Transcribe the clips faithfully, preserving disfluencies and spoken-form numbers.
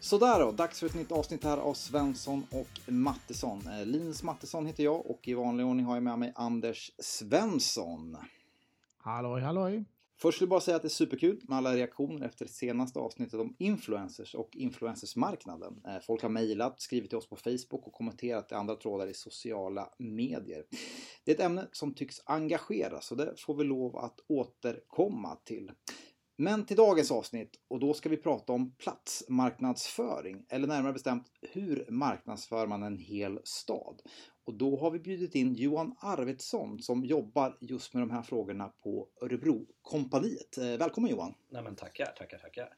Sådär då, dags för ett nytt avsnitt här av Svensson och Mattisson. Linus Mattisson heter jag och i vanlig ordning har jag med mig Anders Svensson. Halloj, halloj. Först vill jag bara säga att det är superkul med alla reaktioner efter det senaste avsnittet om influencers och influencersmarknaden. Folk har mejlat, skrivit till oss på Facebook och kommenterat i andra trådar i sociala medier. Det är ett ämne som tycks engagera, så det får vi lov att återkomma till. Men till dagens avsnitt, och då ska vi prata om platsmarknadsföring, eller närmare bestämt hur marknadsför man en hel stad. Och då har vi bjudit in Johan Arvidsson som jobbar just med de här frågorna på Örebrokompaniet. Välkommen Johan! Nej men tackar, tackar, tackar.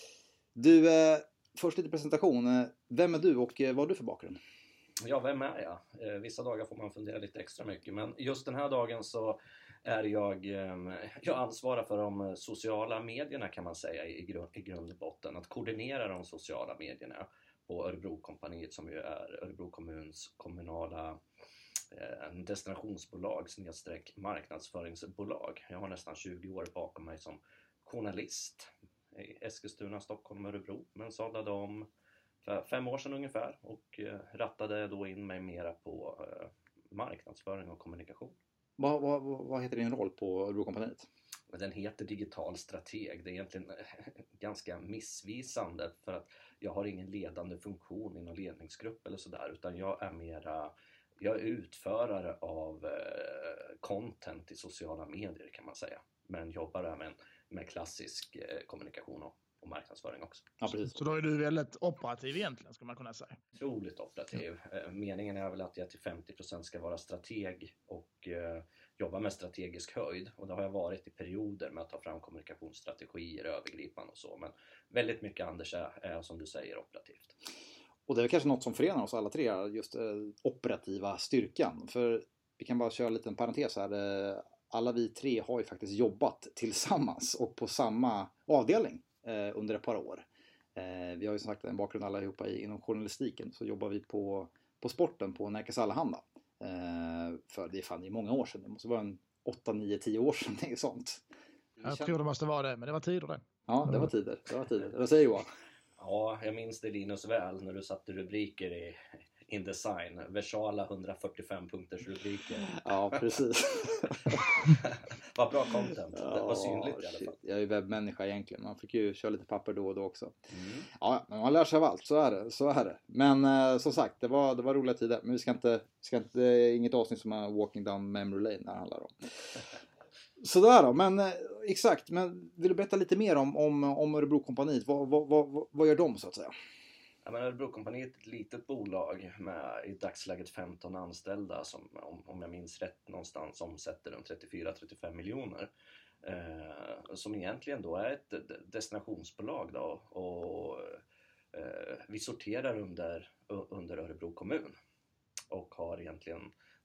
Du, eh, först lite presentation. Vem är du och vad har du för bakgrund? Ja, vem är jag? Eh, vissa dagar får man fundera lite extra mycket, men just den här dagen så är jag, eh, jag ansvarar för de sociala medierna kan man säga i, grund, i grund och botten. Att koordinera de sociala medierna på Örebrokompaniet som ju är Örebro kommuns kommunala eh, destinationsbolag snedstreck marknadsföringsbolag. Jag har nästan tjugo år bakom mig som journalist i Eskilstuna, Stockholm och Örebro, men sadlade om för fem år sedan ungefär och eh, rattade då in mig mera på eh, marknadsföring och kommunikation. Vad, vad, vad heter din roll på Örebrokompaniet? Den heter digital strateg. Det är egentligen ganska missvisande för att jag har ingen ledande funktion i någon ledningsgrupp eller sådär, utan jag är mera, jag är utförare av eh, content i sociala medier kan man säga, men jobbar även med klassisk eh, kommunikation och och marknadsföring också. Ja, precis. Så då är du väldigt operativ egentligen, ska man kunna säga. Otroligt operativ. Meningen är väl att jag till femtio procent ska vara strateg och eh, jobba med strategisk höjd. Och det har jag varit i perioder med att ta fram kommunikationsstrategier, övergripande och så. Men väldigt mycket, Anders, är, är som du säger operativt. Och det är kanske något som förenar oss alla tre, just eh, operativa styrkan. För vi kan bara köra en liten parentes här. Eh, alla vi tre har ju faktiskt jobbat tillsammans och på samma avdelning under ett par år. Eh, vi har ju som sagt en bakgrund allihopa i, inom journalistiken, så jobbar vi på, på sporten på Närkes Allehanda. Eh, för det är fan i många år sedan, det måste vara en åtta, nio, tio år sedan, det är sånt. Jag tror det måste vara det, men det var tider det. Ja, det var tider, det var tider. Vad säger Johan? Ja, jag minns det Linus väl när du satte rubriker i InDesign. Versala hundrafyrtiofem punkters rubriker. Ja, precis. Vad bra content. Det var synligt i alla fall. Jag är ju webbmänniska egentligen. Man fick ju köra lite papper då och då också. Mm. Ja, men man lär sig av allt. Så är det. Så är det. Men eh, som sagt, det var, det var roliga tider. Men vi ska inte, ska inte, det är inget avsnitt som är walking down memory lane när det handlar om. Sådär då, men eh, exakt. Men vill du berätta lite mer om, om, om Örebrokompaniet? Vad, vad, vad, vad gör de så att säga? Ja, men Örebrokompaniet är ett litet bolag med i dagsläget femton anställda som, om, om jag minns rätt, någonstans omsätter runt trettiofyra till trettiofem miljoner. Eh, som egentligen då är ett destinationsbolag då, och eh, vi sorterar under, under Örebro kommun och har egentligen,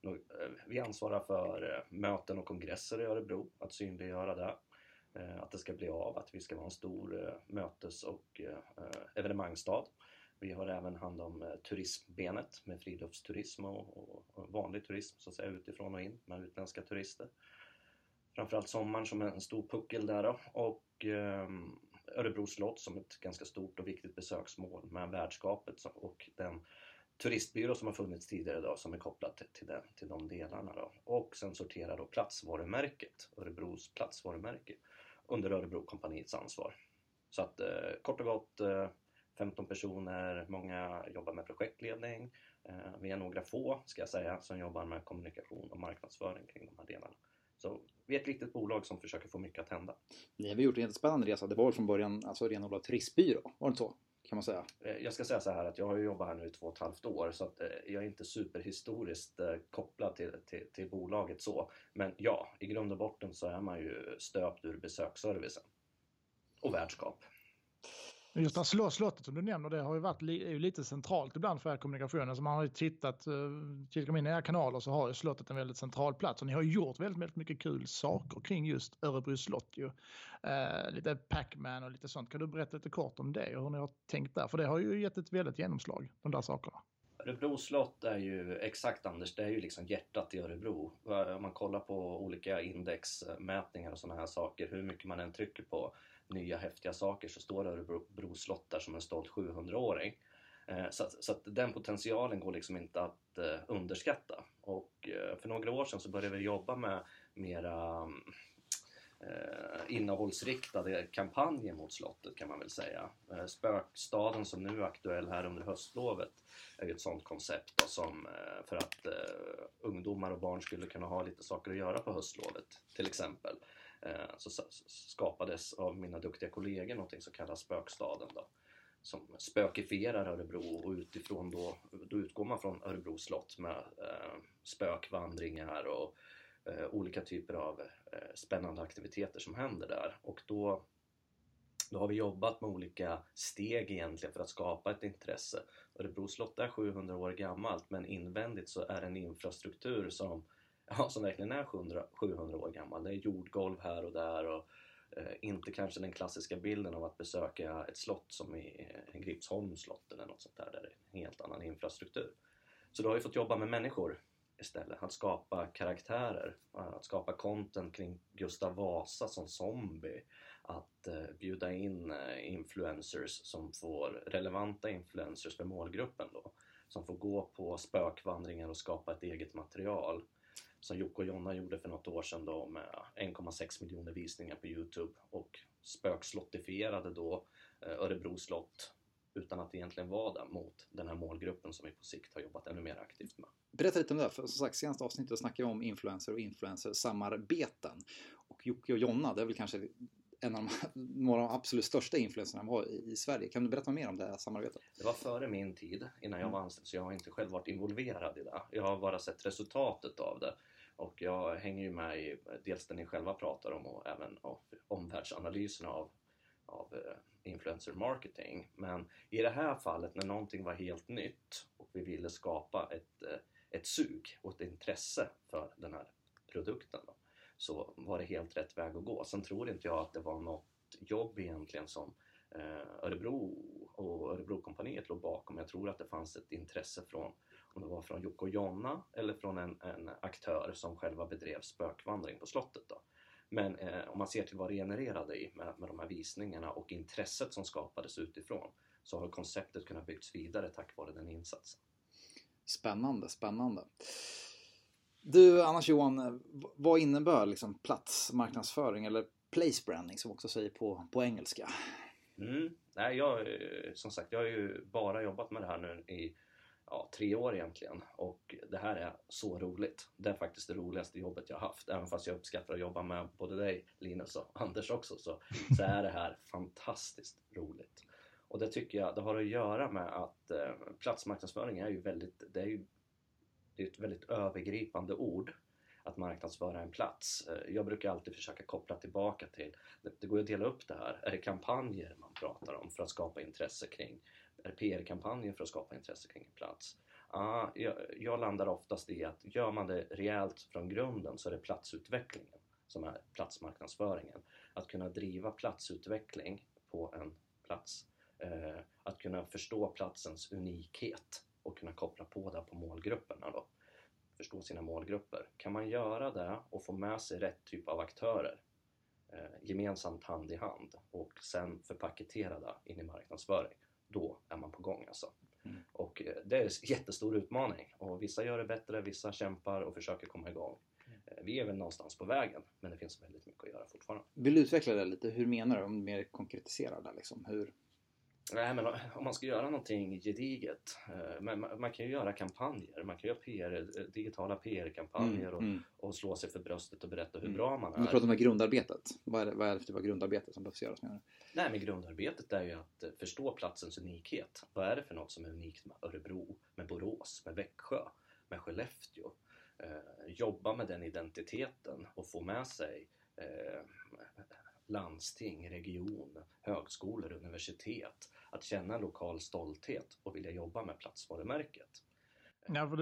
vi ansvarar för möten och kongresser i Örebro, att synliggöra det. Att det ska bli av, att vi ska vara en stor mötes- och evenemangsstad. Vi har även hand om turismbenet med friluftsturism och, och vanlig turism så att säga, utifrån och in med utländska turister. Framförallt sommaren som är en stor puckel där då. Och eh, Örebro slott som ett ganska stort och viktigt besöksmål med värdskapet och den turistbyrå som har funnits tidigare då som är kopplat till, till, den, till de delarna då. Och sen sorterar då platsvarumärket, Örebros platsvarumärke, under Örebrokompaniets ansvar. Så att eh, kort och gott eh, femton personer, många jobbar med projektledning. Eh, vi är några få, ska jag säga, som jobbar med kommunikation och marknadsföring kring de här delarna. Så vi är ett litet bolag som försöker få mycket att hända. Ni har gjort en jättespännande resa. Det var från början alltså renodlad turistbyrå, var det inte så? Kan man säga. Jag ska säga så här att jag har jobbat här nu i två och ett halvt år så att jag är inte superhistoriskt kopplad till, till, till bolaget så. Men ja, i grund och botten så är man ju stöpt ur besöksservicen och värdskap. Just det här slottet som du nämner, det har ju varit li- är ju lite centralt ibland för er kommunikationen. Så man har ju tittat, kikar in i era kanaler så har ju slottet en väldigt central plats. Och ni har ju gjort väldigt, väldigt mycket kul saker kring just Örebro slott ju. Eh, lite Pac-Man och lite sånt. Kan du berätta lite kort om det och hur ni har tänkt där? För det har ju gett ett väldigt genomslag, de där sakerna. Örebro slott är ju, exakt Anders, det är ju liksom hjärtat i Örebro. Om man kollar på olika indexmätningar och sådana här saker, hur mycket man än trycker på nya häftiga saker, så står Örebro slott där som en stolt sjuhundraåring. Så, att, så att den potentialen går liksom inte att uh, underskatta. Och uh, för några år sedan så började vi jobba med mera uh, innehållsriktade kampanjer mot slottet, kan man väl säga. Uh, Spökstaden som nu är aktuell här under höstlovet är ju ett sådant koncept då, som uh, för att uh, ungdomar och barn skulle kunna ha lite saker att göra på höstlovet till exempel. Uh, så, så skapades av mina duktiga kollegor någonting som kallas Spökstaden då, som spökifierar Örebro, och utifrån då, då utgår man från Örebro slott med eh, spökvandringar och eh, olika typer av eh, spännande aktiviteter som händer där. Och då, då har vi jobbat med olika steg egentligen för att skapa ett intresse. Örebro slott är sjuhundra år gammalt, men invändigt så är det en infrastruktur som, ja, som verkligen är sjuhundra år gammal. Det är jordgolv här och där och Eh, inte kanske den klassiska bilden av att besöka ett slott som i en Gripsholms slott eller något sånt där, där det är en helt annan infrastruktur. Så då har vi fått jobba med människor istället, att skapa karaktärer, att skapa content kring Gustav Vasa som zombie, att eh, bjuda in eh, influencers som får, relevanta influencers för målgruppen då, som får gå på spökvandringar och skapa ett eget material. Som Jocke och Jonna gjorde för något år sedan då med en komma sex miljoner visningar på YouTube, och spökslottifierade då Örebro slott utan att egentligen vara där mot den här målgruppen som vi på sikt har jobbat ännu mer aktivt med. Berätta lite om det, för som sagt senaste avsnittet snackade vi om influencer och influencer-samarbeten. Och Jocke och Jonna, det är väl kanske en av de, några av de absolut största influencerna vi har i, i Sverige. Kan du berätta mer om det här samarbetet? Det var före min tid, innan jag var anställd, så jag har inte själv varit involverad i det. Jag har bara sett resultatet av det. Och jag hänger ju med i dels det ni själva pratar om och även av omvärldsanalyserna av, av influencer marketing. Men i det här fallet, när någonting var helt nytt och vi ville skapa ett, ett sug och ett intresse för den här produkten då, så var det helt rätt väg att gå. Sen tror inte jag att det var något jobb egentligen som Örebro och Örebrokompaniet låg bakom. Jag tror att det fanns ett intresse från, om det var från Jocke och Jonna eller från en, en aktör som själva bedrev spökvandring på slottet då. Men eh, om man ser till vad det genererade i med, med de här visningarna och intresset som skapades utifrån, så har konceptet kunnat byggas vidare tack vare den insatsen. Spännande, spännande. Du, annars Johan, vad innebär liksom platsmarknadsföring eller place branding som också säger på, på engelska? Mm. Nej, jag, som sagt, jag har ju bara jobbat med det här nu i ja, tre år egentligen, och det här är så roligt. Det är faktiskt det roligaste jobbet jag har haft. Även fast jag uppskattar att jobba med både dig, Linus, och Anders också, så, så är det här fantastiskt roligt. Och det tycker jag, det har att göra med att eh, platsmarknadsföring är ju väldigt, det är ju det är ett väldigt övergripande ord, att marknadsföra en plats. Jag brukar alltid försöka koppla tillbaka till, det går att dela upp det här. Är det kampanjer man pratar om för att skapa intresse kring? Är det P R-kampanjer för att skapa intresse kring en plats? Ah, jag, jag landar oftast i att gör man det rejält från grunden, så är det platsutvecklingen som är platsmarknadsföringen. Att kunna driva platsutveckling på en plats. Eh, att kunna förstå platsens unikhet och kunna koppla på det på målgrupperna då. Förstå sina målgrupper. Kan man göra det och få med sig rätt typ av aktörer eh, gemensamt hand i hand och sen förpaketera det in i marknadsföring, då är man på gång alltså. Mm. Och eh, det är en jättestor utmaning, och vissa gör det bättre, vissa kämpar och försöker komma igång. Mm. Eh, vi är väl någonstans på vägen, men det finns väldigt mycket att göra fortfarande. Vill du utveckla det lite? Hur menar du? Om du mer konkretiserar det liksom? Hur... Nej, men om man ska göra någonting gediget, man, man kan ju göra kampanjer, man kan göra P R, digitala P R-kampanjer mm, och, mm. och slå sig för bröstet och berätta hur mm. bra man är. Du pratar om det grundarbetet. Vad är det, vad är det för typ av grundarbete som behövs göras? Menar du? Nej, men grundarbetet är ju att förstå platsens unikhet. Vad är det för något som är unikt med Örebro, med Borås, med Växjö, med Skellefteå? Eh, jobba med den identiteten och få med sig eh, landsting, region, högskolor, universitet, att känna lokal stolthet och vilja jobba med platsvarumärket. Ja, för det,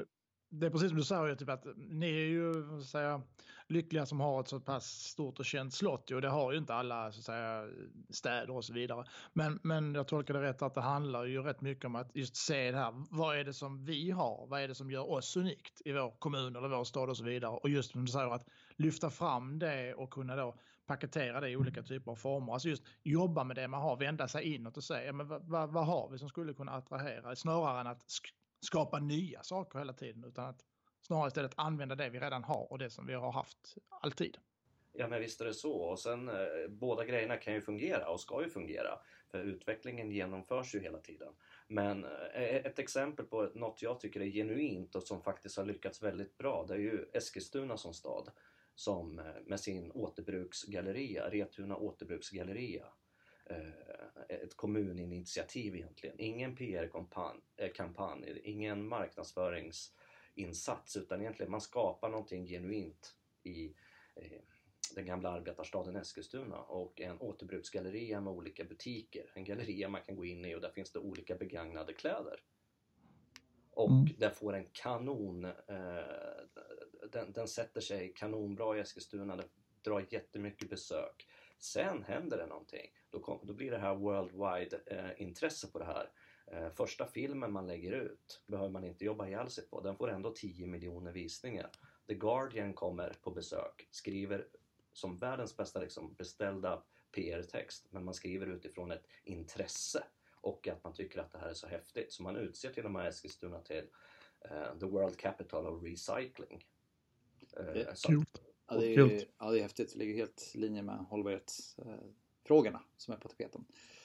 det är precis som du säger, typ att ni är ju så att säga, lyckliga som har ett så pass stort och känt slott. Och det har ju inte alla så att säga, städer och så vidare. Men, men jag tolkar det rätt att det handlar ju rätt mycket om att just se det här. Vad är det som vi har? Vad är det som gör oss unikt i vår kommun eller vår stad och så vidare? Och just som du säger, att lyfta fram det och kunna då paketera det i olika typer av former. Alltså just jobba med det man har, vända sig inåt och säga, men vad, vad, vad har vi som skulle kunna attrahera? Snarare än att sk- skapa nya saker hela tiden, utan att snarare istället använda det vi redan har och det som vi har haft alltid. Ja, men visst är det så. Och sen eh, båda grejerna kan ju fungera och ska ju fungera. För utvecklingen genomförs ju hela tiden. Men eh, ett exempel på något jag tycker är genuint och som faktiskt har lyckats väldigt bra, det är ju Eskilstuna som stad. Som eh, med sin återbruksgalleria, Retuna återbruksgalleria. Eh, ett kommuninitiativ egentligen. Ingen P R-kampanj, eh, kampanj, ingen marknadsföringsinsats, utan egentligen man skapar någonting genuint i eh, den gamla arbetarstaden Eskilstuna, och en återbruksgalleria med olika butiker. En galleria man kan gå in i och där finns det olika begagnade kläder. Och mm. där får en kanon, eh, den, den sätter sig kanonbra i Eskilstuna, det drar jättemycket besök. Sen händer det någonting. Då, kom, då blir det här worldwide eh, intresse på det här. Eh, första filmen man lägger ut behöver man inte jobba ihjäl sig på. Den får ändå tio miljoner visningar. The Guardian kommer på besök, skriver som världens bästa liksom, beställda P R-text. Men man skriver utifrån ett intresse och att man tycker att det här är så häftigt. Så man utser till och med Eskilstuna till uh, the World Capital of Recycling. Uh, så, ja, det är, ja, det är häftigt. Det ligger helt i linje med hållbarhetsfrågorna som är på tapeten.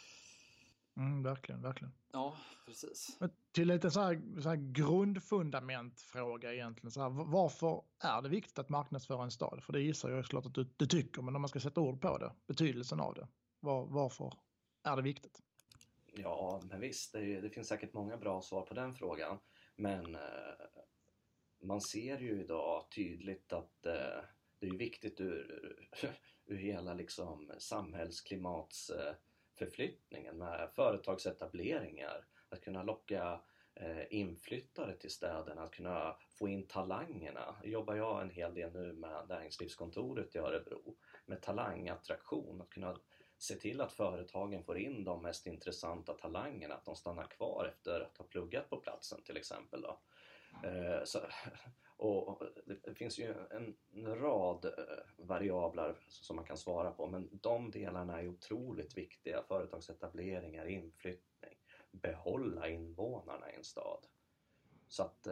Mm, verkligen, verkligen. Ja, precis. Men till lite så här, så här grundfundamentfråga egentligen. Så här, varför är det viktigt att marknadsföra en stad? För det gissar jag såklart att du, du tycker, men om man ska sätta ord på det, betydelsen av det. Var, varför är det viktigt? Ja, men visst. Det, det finns säkert många bra svar på den frågan. Men eh, man ser ju idag tydligt att eh, det är viktigt ur, ur hela liksom, samhällsklimats eh, förflyttningen med företagsetableringar, att kunna locka eh, inflyttare till städerna, att kunna få in talangerna. Jobbar jag en hel del nu med näringslivskontoret i Örebro med talangattraktion, att kunna se till att företagen får in de mest intressanta talangerna, att de stannar kvar efter att ha pluggat på platsen till exempel då. Eh, så, och det finns ju en rad variabler som man kan svara på, men de delarna är otroligt viktiga. Företagsetableringar, inflyttning, behålla invånarna i en stad. Så att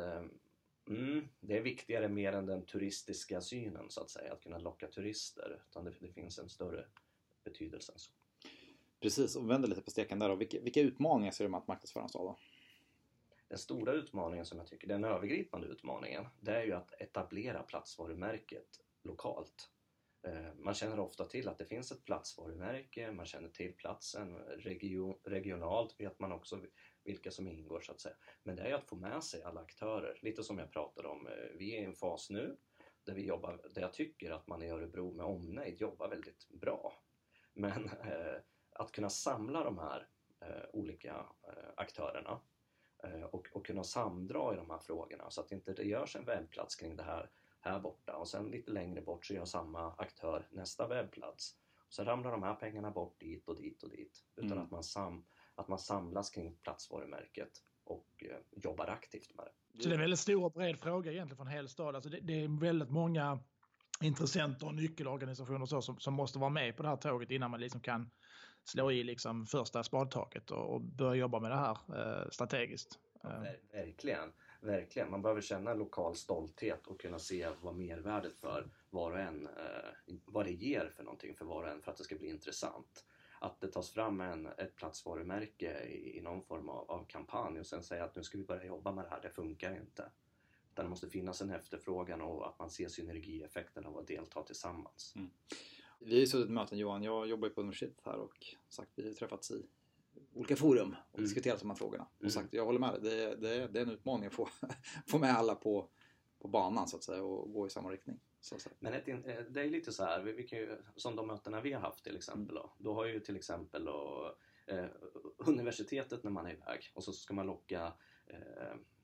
mm, det är viktigare mer än den turistiska synen så att säga, att kunna locka turister, utan det, det finns en större betydelse än så. Precis, och vänder lite på steken där då. Vilka, vilka utmaningar ser du med att marknadsföra en stad då? Den stora utmaningen som jag tycker, den övergripande utmaningen, det är ju att etablera platsvarumärket lokalt. Man känner ofta till att det finns ett platsvarumärke, man känner till platsen, region, regionalt vet man också vilka som ingår så att säga. Men det är ju att få med sig alla aktörer, lite som jag pratade om. Vi är i en fas nu där vi jobbar, där jag tycker att man i Örebro med omnejd jobbar väldigt bra. Men eh, att kunna samla de här eh, olika eh, aktörerna Och, och kunna samdra i de här frågorna så att inte det görs en webbplats kring det här här borta och sen lite längre bort så gör samma aktör nästa webbplats. Och så ramlar de här pengarna bort dit och dit och dit utan mm. att, man sam, att man samlas kring platsvarumärket och eh, jobbar aktivt med det. Så det är en väldigt stor och bred fråga egentligen från hela stad. Alltså det, det är väldigt många intressenter och nyckelorganisationer och så, som, som måste vara med på det här tåget innan man liksom kan slå i liksom första spadtaket och, och börja jobba med det här eh, strategiskt. Ja, ver- verkligen, verkligen. Man behöver känna lokal stolthet och kunna se vad mervärdet för var och en, eh, vad det ger för någonting för var och en för att det ska bli intressant. Att det tas fram en, ett platsvarumärke i, i någon form av, av kampanj och sen säga att nu ska vi börja jobba med det här, det funkar inte. Utan det måste finnas en efterfrågan och att man ser synergieffekten av att delta tillsammans. Mm. Vi har ju suttit i möten, Johan. Jag jobbar ju på universitetet här och sagt vi har träffats i olika forum och mm. diskuterat de här frågorna. Mm. Och sagt jag håller med dig, det, det, det är en utmaning att få, få med alla på, på banan så att säga och gå i samma riktning. Så att säga. Men ett, det är lite så här, vi, vi kan ju, som de mötena vi har haft till exempel. Då, då har ju till exempel då, eh, universitetet när man är iväg och så ska man locka eh,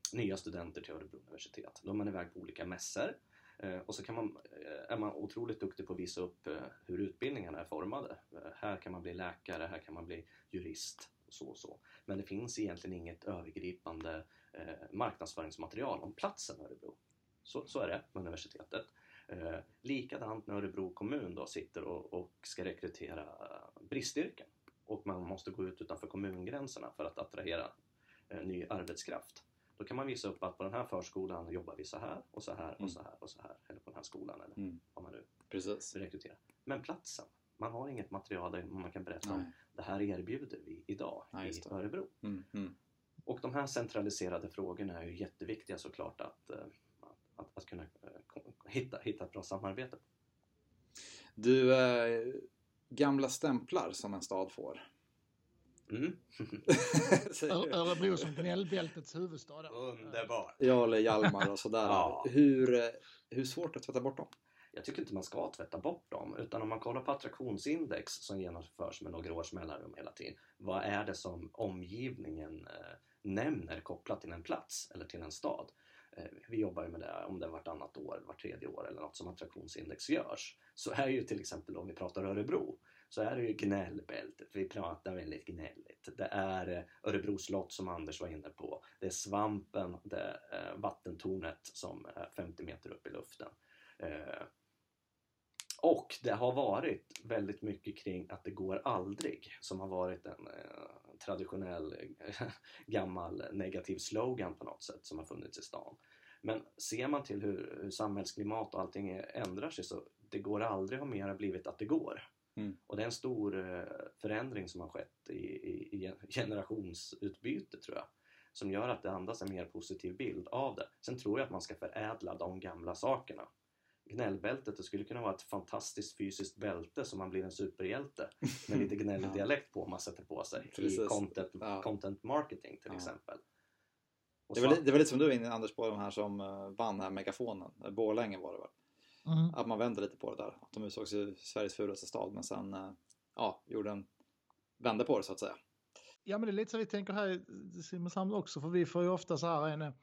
nya studenter till Örebro universitet. Då är man iväg på olika mässor. Och så kan man, är man otroligt duktig på att visa upp hur utbildningarna är formade. Här kan man bli läkare, här kan man bli jurist och så och så. Men det finns egentligen inget övergripande marknadsföringsmaterial om platsen Örebro. Så, så är det med universitetet. Eh, likadant när Örebro kommun då sitter och, och ska rekrytera bristyrken. Och man måste gå ut utanför kommungränserna för att attrahera eh, ny arbetskraft. Då kan man visa upp att på den här förskolan jobbar vi så här och så här och mm. så här och så här. Eller på den här skolan eller mm. vad man nu Precis. rekryterar. Men platsen, man har inget material där man kan berätta Nej. om det här erbjuder vi idag Nej, i Örebro. Mm. Mm. Och de här centraliserade frågorna är ju jätteviktiga såklart att, att, att kunna hitta, hitta ett bra samarbete. Du, äh, gamla stämplar som en stad får. Mm. Örebro som gnällbältets huvudstad. Underbart. Ja, eller Hjalmar och sådär. Ja. Hur, hur svårt att tvätta bort dem? Jag tycker inte man ska tvätta bort dem, utan om man kollar på attraktionsindex som genomförs med några års mellanrum hela tiden. Vad är det som omgivningen eh, nämner kopplat till en plats eller till en stad? Eh, vi jobbar ju med det om det är vartannat år, vart tredje år eller något som attraktionsindex görs. Så är ju till exempel om vi pratar Örebro, så är det ju gnällbältet. Vi pratar väldigt gnälligt. Det är Örebro slott som Anders var inne på. Det är svampen, det är vattentornet som är femtio meter upp i luften. Eh, Och det har varit väldigt mycket kring att det går aldrig, som har varit en eh, traditionell eh, gammal negativ slogan på något sätt som har funnits i stan. Men ser man till hur, hur samhällsklimat och allting ändrar sig, så det går aldrig har mer blivit att det går. Mm. Och det är en stor eh, förändring som har skett i, i, i generationsutbyte, tror jag, som gör att det andas en mer positiv bild av det. Sen tror jag att man ska förädla de gamla sakerna. Gnällbältet, det skulle kunna vara ett fantastiskt fysiskt bälte som man blir en superhjälte med lite gnällig dialekt på om man sätter på sig. Precis. I content, ja. content marketing till ja. exempel. Och det, var lite, det var lite som du var inne, Anders, på de här som uh, vann här megafonen. Borlänge var det väl. Mm. Att man vände lite på det där. Att de utsågs i Sveriges fulaste stad, men sen uh, ja, gjorde en vände på det så att säga. Ja, men det är lite så vi tänker här i Simrishamn också, för vi får ju ofta så här en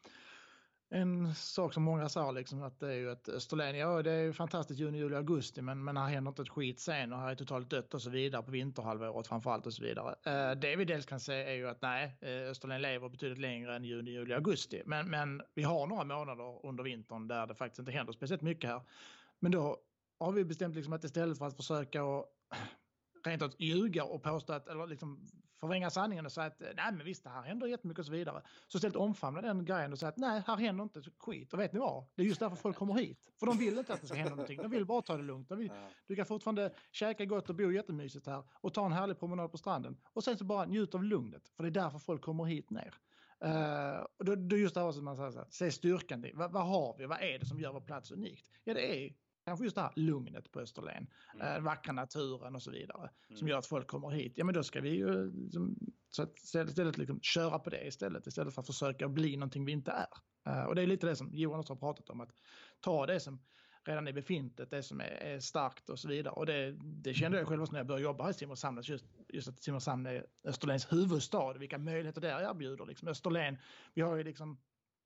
En sak som många sa liksom, att det är ju ett Österlen, ja det är ju fantastiskt juni, juli, augusti, men, men här händer inte ett skit sen och här är totalt dött och så vidare på vinterhalvåret framförallt och så vidare. Eh, det vi dels kan säga är ju att nej, Österlen lever betydligt längre än juni, juli, augusti, men, men vi har några månader under vintern där det faktiskt inte händer speciellt mycket här. Men då har vi bestämt liksom att istället för att försöka och rent att ljuga och påstå att, eller liksom förvränga sanningen och säga att nej men visst, det här händer jättemycket och så vidare. Så istället omfamna den grejen och säga att nej, här händer inte skit. Och vet ni vad? Det är just därför folk kommer hit. För de vill inte att det ska hända någonting. De vill bara ta det lugnt. De vill, du kan fortfarande käka gott och bo jättemysigt här och ta en härlig promenad på stranden. Och sen så bara njut av lugnet. För det är därför folk kommer hit ner. Uh, och då, då just det här som man säger så här, se styrkan i. Vad, vad har vi? Vad är det som gör vår plats unikt? Ja, det är kanske just det här lugnet på Österlen, mm. äh, vackra naturen och så vidare, mm. som gör att folk kommer hit. Ja, men då ska vi ju liksom, så att istället liksom, köra på det istället, istället för att försöka bli någonting vi inte är. Uh, och det är lite det som Johan också har pratat om, att ta det som redan är befintligt, det som är, är starkt och så vidare. Och det, det kände jag själv när jag började jobba här i Simrishamn, just, just att Simrishamn är Österlens huvudstad, vilka möjligheter det erbjuder. Liksom. Österlen, vi har ju liksom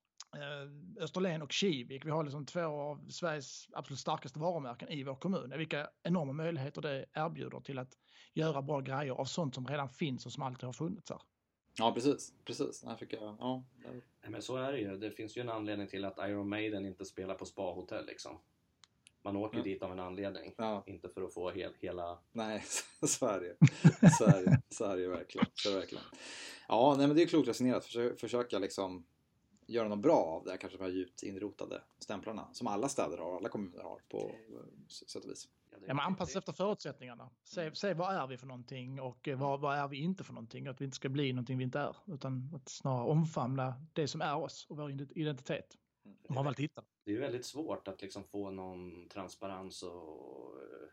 Österlen och Kivik. Vi har liksom två av Sveriges absolut starkaste varumärken i vår kommun. Vilka enorma möjligheter det erbjuder till att göra bra grejer av sånt som redan finns och som alltid har funnits här. Ja, precis. precis. Jag fick, ja, ja. Men så är det ju. Det finns ju en anledning till att Iron Maiden inte spelar på spa-hotell liksom. Man åker ja. dit av en anledning. Ja. Inte för att få hel, hela... Nej, så är det. Så är det, så är det verkligen. Så är det verkligen. Ja, nej, men det är klokt resonerat. Försöka, försöka liksom göra något bra av det här, kanske de här djupt inrotade stämplarna som alla städer har, alla kommuner har på sätt och vis. Ja, man anpassar sig efter förutsättningarna. Se, se vad är vi för någonting och vad, vad är vi inte för någonting. Att vi inte ska bli någonting vi inte är, utan att snarare omfamna det som är oss och vår identitet. Om man väl tittar. Det är ju väldigt svårt att liksom få någon transparens och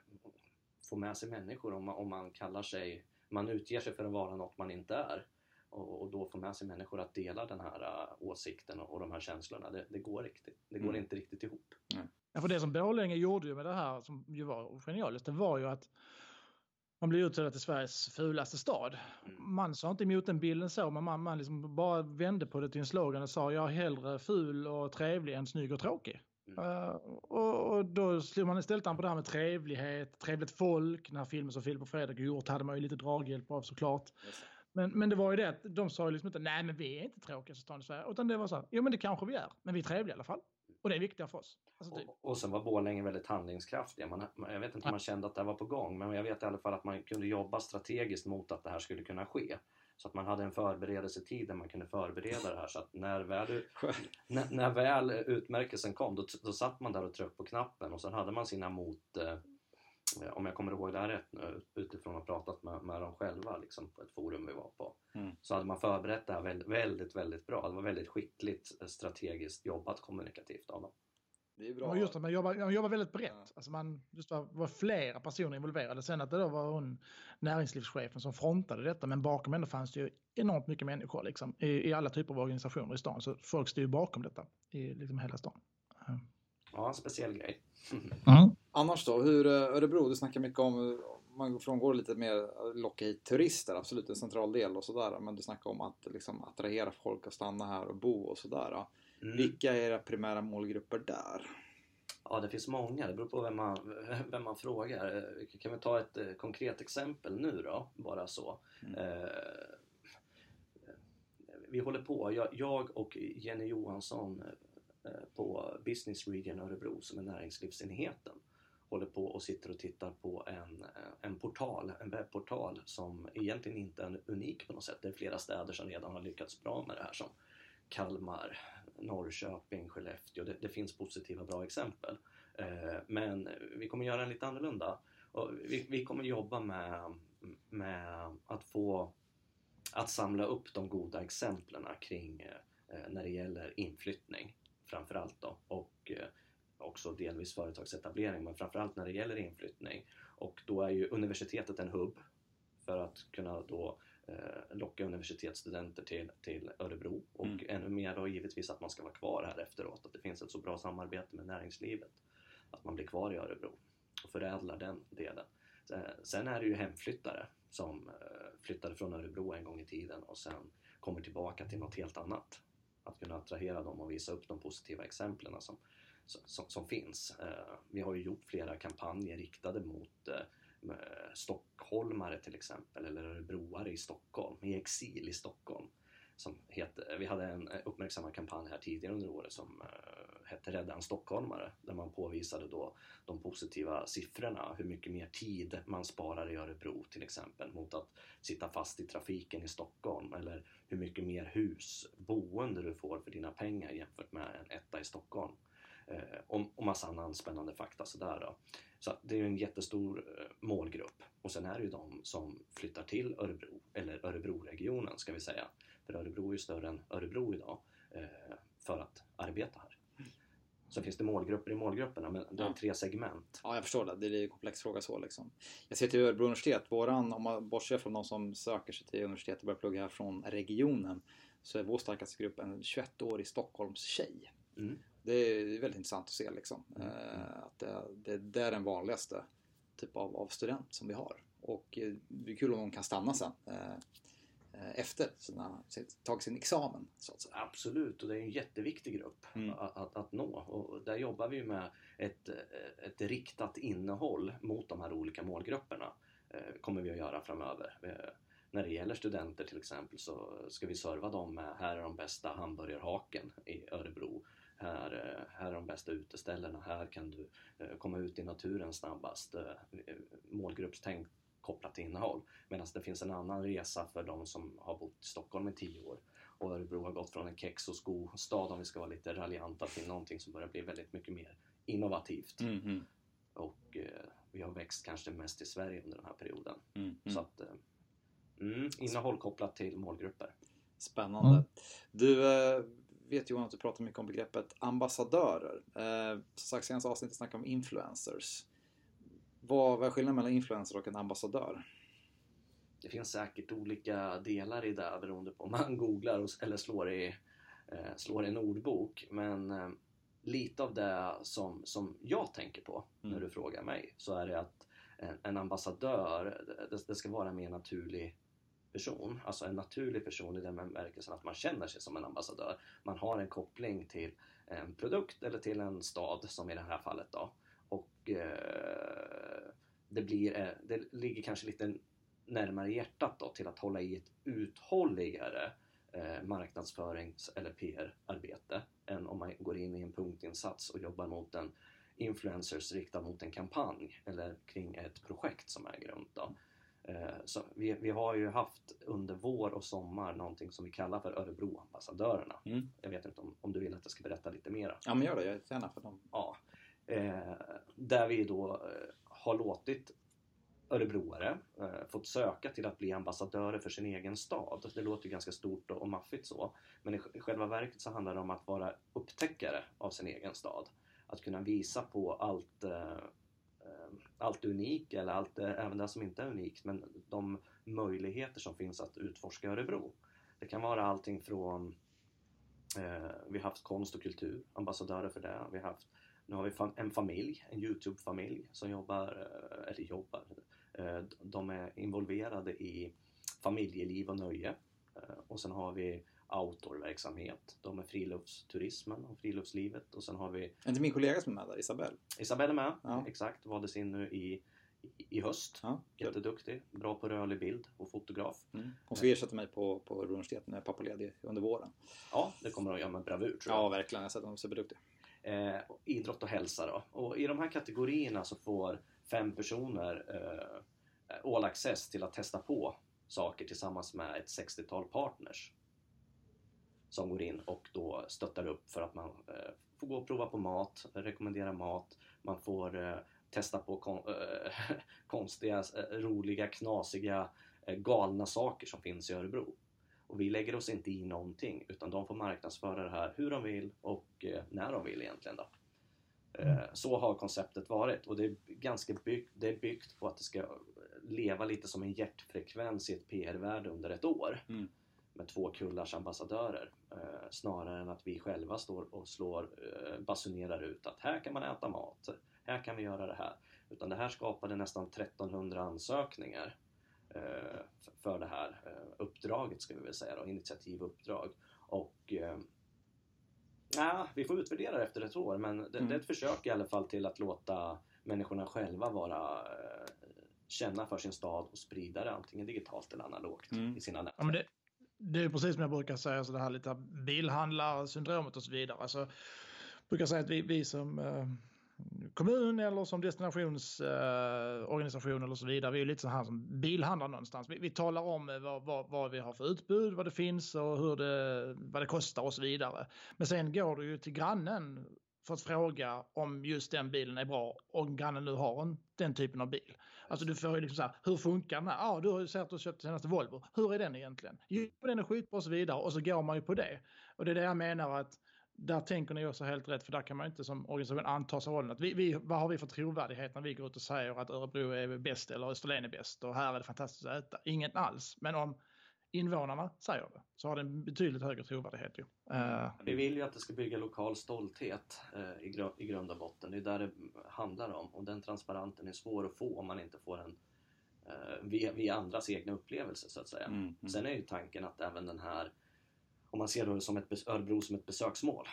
få med sig människor om man, om man kallar sig, man utger sig för att vara något man inte är. Och då få med sig människor att dela den här uh, åsikten och, och de här känslorna. Det, det går riktigt. Det går mm. inte riktigt ihop. Mm. Ja, för det som Borlänge gjorde ju med det här, som ju var genialiskt, det var ju att Man blir uttalat till Sveriges fulaste stad. Mm. Man sa inte emot den bilden så, men man, man liksom bara vände på det till en slogan och sa jag är hellre ful och trevlig än snygg och tråkig. Mm. Uh, och, och då slog man istället an på det här med trevlighet, trevligt folk. Den här filmen som Filip och Fredrik gjort hade man ju lite draghjälp av såklart. Yes. Men, men det var ju det att de sa liksom inte, nej men vi är inte tråkiga så stan i Sverige. Utan det var så här, jo men det kanske vi är, men vi är trevliga i alla fall. Och det är viktigt för oss. Alltså, typ. och, och sen var Borlänge väldigt handlingskraftiga. Man, jag vet inte om man kände att det var på gång, men jag vet i alla fall att man kunde jobba strategiskt mot att det här skulle kunna ske. Så att man hade en förberedelsetid där man kunde förbereda det här. Så att när väl, när, när väl utmärkelsen kom, då, då satt man där och tryckte på knappen. Och sen hade man sina mot, eh, om jag kommer ihåg det här rätt nu, utifrån att ha pratat med, med dem själva liksom, på ett forum vi var på. Mm. Så hade man förberett det här väldigt, väldigt, väldigt bra. Det var väldigt skickligt strategiskt jobbat kommunikativt av dem. Det är bra. Ja, just det, man jobbar, man jobbar väldigt brett. Ja. Alltså man, just var, var flera personer involverade. Sen att det då var hon näringslivschefen som frontade detta. Men bakom henne fanns det ju enormt mycket människor liksom, i, i alla typer av organisationer i stan. Så folk stod ju bakom detta i liksom hela stan. Mm. Ja, en speciell grej. Mm. Annars då, hur Örebro, du snackar mycket om, man frångår lite mer locka hit turister, absolut en central del och sådär. Men du snackar om att liksom attrahera folk att stanna här och bo och sådär. Mm. Vilka är era primära målgrupper där? Ja, det finns många. Det beror på vem man, vem man frågar. Kan vi ta ett eh, konkret exempel nu då? Bara så. Mm. Eh, vi håller på, jag, jag och Jenny Johansson eh, på Business Region Örebro som är näringslivsenheten håller på och sitter och tittar på en, en portal, en webbportal som egentligen inte är unik på något sätt. Det är flera städer som redan har lyckats bra med det här som Kalmar, Norrköping, Skellefteå. Det, det finns positiva bra exempel. Eh, men vi kommer göra en lite annorlunda. Och vi, vi kommer jobba med, med att få att samla upp de goda exemplen kring eh, när det gäller inflyttning framförallt då. Och eh, också delvis företagsetablering, men framförallt när det gäller inflyttning. Och då är ju universitetet en hubb för att kunna då eh, locka universitetsstudenter till, till Örebro. Och mm. ännu mer då givetvis att man ska vara kvar här efteråt. Att det finns ett så bra samarbete med näringslivet. Att man blir kvar i Örebro och förädlar den delen. Sen är det ju hemflyttare som flyttade från Örebro en gång i tiden och sen kommer tillbaka till något helt annat. Att kunna attrahera dem och visa upp de positiva exemplen som, som, som finns. Vi har ju gjort flera kampanjer riktade mot stockholmare till exempel, eller örebroare i Stockholm, i exil i Stockholm. Som heter, vi hade en uppmärksammad kampanj här tidigare under året som uh, hette Rädda en stockholmare, där man påvisade då de positiva siffrorna, hur mycket mer tid man sparar i Örebro till exempel mot att sitta fast i trafiken i Stockholm, eller hur mycket mer hus, boende du får för dina pengar jämfört med en etta i Stockholm. Uh, och, och massa annan spännande fakta sådär då. Så det är ju en jättestor uh, målgrupp. Och sen är det ju de som flyttar till Örebro, eller Örebroregionen ska vi säga. För Örebro är ju större än Örebro idag eh, för att arbeta här. Så finns det målgrupper i målgrupperna, men det är ja. tre segment. Ja, jag förstår det. Det är en komplex fråga så liksom. Jag ser till Örebro universitet. Våran, om man bortser från de som söker sig till universitetet och börjar plugga här från regionen, så är vår starkaste grupp en tjugoett-årig Stockholms tjej. Mm. Det är väldigt intressant att se liksom. Mm. Eh, att det, det, det är den vanligaste typ av, av student som vi har. Och eh, det är kul om de kan stanna sen. Eh, efter sina, tagit sin examen så att säga. Absolut, och det är en jätteviktig grupp mm. att, att, att nå, och där jobbar vi med ett, ett riktat innehåll mot de här olika målgrupperna kommer vi att göra framöver. När det gäller studenter till exempel så ska vi serva dem med här är de bästa hamburgerhaken i Örebro, här, här är de bästa uteställena, här kan du komma ut i naturen snabbast, målgruppstänk kopplat till innehåll. Medan det finns en annan resa för de som har bott i Stockholm i tio år. Och Örebro har gått från en kex- och skostad, om vi ska vara lite raljanta, till någonting som börjar bli väldigt mycket mer innovativt. Mm-hmm. Och eh, vi har växt kanske mest i Sverige under den här perioden. Mm-hmm. Så att, eh, mm, innehåll kopplat till målgrupper. Spännande. Mm. Du eh, vet Johan att du pratar mycket om begreppet ambassadörer. Eh, som sagt, senaste avsnittet snackade om influencers. Vad är skillnaden mellan influencer och en ambassadör? Det finns säkert olika delar i det beroende på om man googlar eller slår i, eh, slår i en ordbok. Men eh, lite av det som, som jag tänker på mm. när du frågar mig, så är det att en, en ambassadör, det, det ska vara en mer naturlig person. Alltså en naturlig person i den bemärkelsen att man känner sig som en ambassadör. Man har en koppling till en produkt eller till en stad, som i det här fallet då. Och eh, det, blir, eh, det ligger kanske lite närmare hjärtat då till att hålla i ett uthålligare eh, marknadsförings- eller P R-arbete än om man går in i en punktinsats och jobbar mot en influencers riktad mot en kampanj eller kring ett projekt som äger rum då. Eh, så vi, vi har ju haft under vår och sommar någonting som vi kallar för Örebroambassadörerna. Mm. Jag vet inte om, om du vill att jag ska berätta lite mera. Ja, men gör det. Jag är gärna för dem. Ja. Eh, där vi då eh, har låtit örebroare eh, fått söka till att bli ambassadörer för sin egen stad. Det låter ju ganska stort och, och maffigt så. Men i, i själva verket så handlar det om att vara upptäckare av sin egen stad. Att kunna visa på allt, eh, allt unikt eller allt, eh, även det som inte är unikt. Men de möjligheter som finns att utforska Örebro. Det kan vara allting från eh, vi har haft konst och kultur, ambassadörer för det. Vi har haft Nu har vi en familj, en YouTube-familj som jobbar, eller jobbar, de är involverade i familjeliv och nöje. Och sen har vi outdoor-verksamhet, de är friluftsturismen och friluftslivet. Och sen har vi... Är inte min kollega som är med där, Isabelle? Isabelle är med, ja. Exakt. Valdes in nu i, i, i höst. Ja, jätteduktig, bra på rörlig bild och fotograf. Mm. Hon ska ersätta mig på, på Örebro universitet när jag är pappaledig under våren. Ja, det kommer att göra med bravur tror jag. Ja, verkligen. Jag har sett att hon är superduktig. Eh, idrott och hälsa då. Och i de här kategorierna så får fem personer eh, all access till att testa på saker tillsammans med ett sextiotal partners som går in och då stöttar upp för att man eh, får gå och prova på mat, rekommendera mat, man får eh, testa på kon äh, konstiga, äh, roliga, knasiga, äh, galna saker som finns i Örebro. Och vi lägger oss inte i någonting, utan de får marknadsföra det här hur de vill och eh, när de vill egentligen då. Eh, så har konceptet varit, och det är ganska byggt, det är byggt på att det ska leva lite som en hjärtfrekvens i ett P R-värde under ett år. Mm. Med två kullars ambassadörer. Eh, snarare än att vi själva står och slår, eh, basunerar ut att här kan man äta mat, här kan vi göra det här. Utan det här skapade nästan trettonhundra ansökningar för det här uppdraget, ska vi väl säga då, initiativuppdrag. Och eh, ja, vi får utvärdera efter ett år, men det, mm. det är ett försök i alla fall till att låta människorna själva vara eh, känna för sin stad och sprida det antingen digitalt eller analogt mm. i sina nätverk. Ja, men det, det är precis som jag brukar säga, så det här lite bilhandlarsyndromet och så vidare. Alltså, jag brukar säga att vi, vi som eh, kommun eller som destinationsorganisation eh, eller så vidare, vi är lite så här som bilhandlar någonstans. Vi, vi talar om vad, vad, vad vi har för utbud, vad det finns och hur det, vad det kostar och så vidare. Men sen går du ju till grannen för att fråga om just den bilen är bra, om grannen nu har en, den typen av bil. Alltså du får ju liksom så här, hur funkar den här? Ja, du har ju sett att du köpt senaste Volvo. Hur är den egentligen? Jo, den är skitbra och så vidare, och så går man ju på det. Och det är det jag menar, att där tänker ni också helt rätt, för där kan man inte som organisation anta sig rollen att vi, vi, vad har vi för trovärdighet när vi går ut och säger att Örebro är bäst eller Österlen är bäst och här är det fantastiskt att äta? Ingen alls. Men om invånarna säger det så har det en betydligt högre trovärdighet ju. Uh, vi vill ju att det ska bygga lokal stolthet uh, i, gr i grund och botten. Det är där det handlar om, och den transparenten är svår att få om man inte får en uh, via, via andras egna upplevelser så att säga. Mm, mm. Sen är ju tanken att även den här, om man ser det som ett Örebro som ett besöksmål,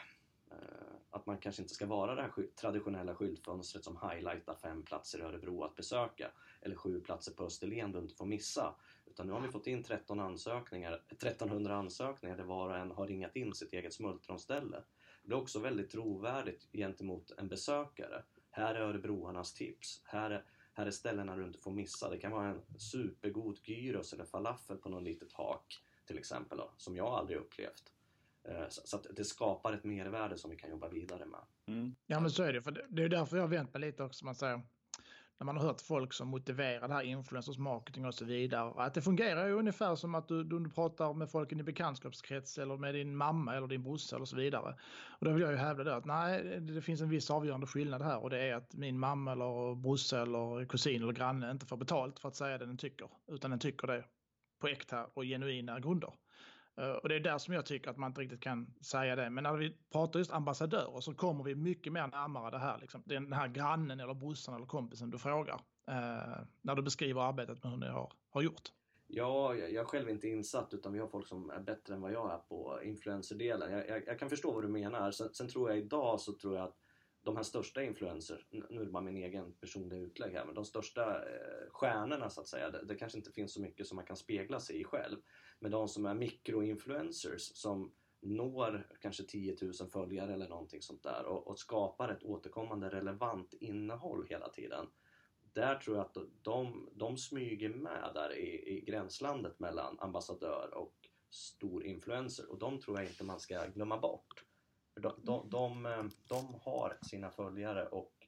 att man kanske inte ska vara det här traditionella skyltfönstret som highlightar fem platser i Örebro att besöka eller sju platser på Österlen du inte får missa, utan nu har vi fått in tretton ansökningar, trettonhundra ansökningar där var och en har ringat in sitt eget smultronställe. Det blir också väldigt trovärdigt gentemot en besökare. Här är örebroarnas tips, här är, här är ställena du inte får missa. Det kan vara en supergod gyros eller falafel på någon litet hak till exempel då, som jag aldrig upplevt. Så att det skapar ett mervärde som vi kan jobba vidare med. Mm. Ja, men så är det. För det är därför jag har vänt mig lite också, man säger, när man har hört folk som motiverar det här influencers marketing och så vidare. Att det fungerar ju ungefär som att du, du pratar med folk i din bekantskapskrets eller med din mamma eller din brorsa och så vidare. Och då vill jag ju hävda det att nej, det finns en viss avgörande skillnad här, och det är att min mamma eller brorsa eller kusin eller granne inte får betalt för att säga det den tycker, utan den tycker det på äkta och genuina grunder. Och det är där som jag tycker att man inte riktigt kan säga det. Men när vi pratar just ambassadörer så kommer vi mycket mer närmare det här. Liksom. Det är den här grannen eller brorsan eller kompisen du frågar. Eh, när du beskriver arbetet med hur ni har, har gjort. Ja, jag är själv inte insatt utan vi har folk som är bättre än vad jag är på influencerdelen. Jag, jag, jag kan förstå vad du menar. Sen, sen tror jag idag så tror jag att de här största influencer, nu är det bara min egen personliga utlägg här, men de största eh, stjärnorna så att säga, det, det kanske inte finns så mycket som man kan spegla sig i själv. Men de som är mikroinfluencers som når kanske tio tusen följare eller någonting sånt där och, och skapar ett återkommande relevant innehåll hela tiden. Där tror jag att de, de smyger med där i, i gränslandet mellan ambassadör och stor influencer. Och de tror jag inte man ska glömma bort. De, de, de, de har sina följare och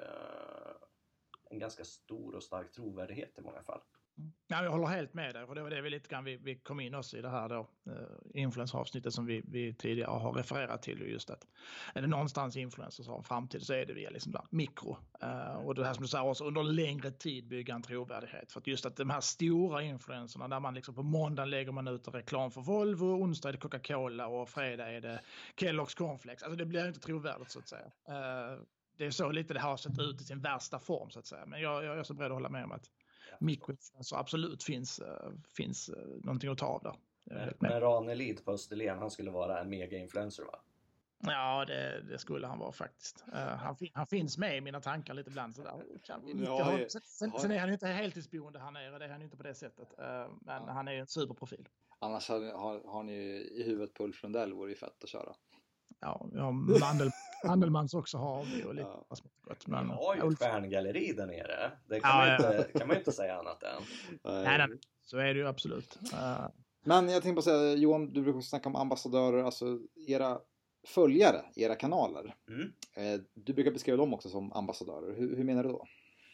eh, en ganska stor och stark trovärdighet i många fall. Ja, jag håller helt med dig, och det var det vi lite grann vi, vi kom in oss i det här då, uh, influenceravsnittet som vi, vi tidigare har refererat till. Just att är det någonstans influencers har en framtid så är det via liksom där, mikro. Uh, och det här som du säger också, under längre tid bygga en trovärdighet. För att just att de här stora influencerna där man liksom på måndag lägger man ut reklam för Volvo, onsdag är det Coca-Cola och fredag är det Kellogg's Cornflakes. Alltså det blir inte trovärdigt så att säga. Uh, det är så lite det har sett ut i sin värsta form så att säga. Men jag, jag är så beredd att hålla med om att mikroinfluencer absolut finns, uh, finns uh, någonting att ta av där. Men, men Ranelid på Österlen, han skulle vara en mega-influencer va? Ja, det, det skulle han vara faktiskt. Uh, han, han finns med i mina tankar lite ibland. Så där. Ja, jag, sen, sen, sen är han inte heltidsboende här nere, det är han inte på det sättet. Uh, men ja. Han är en superprofil. Annars har, har, har ni i huvudet på Ulf Lundell, vore ju fett att köra. Ja, ja Mandel, Mandelmans också har vi och lite ja. Gott. Men vi har ju ett stjärngalleri där nere. Det kan, ja, man ja. Inte, kan man inte säga annat än. Nej, nej, så är det ju absolut. Uh. Men jag tänkte på säga, Johan, du brukar snacka om ambassadörer, alltså era följare, era kanaler. Mm. Du brukar beskriva dem också som ambassadörer. Hur, hur menar du då?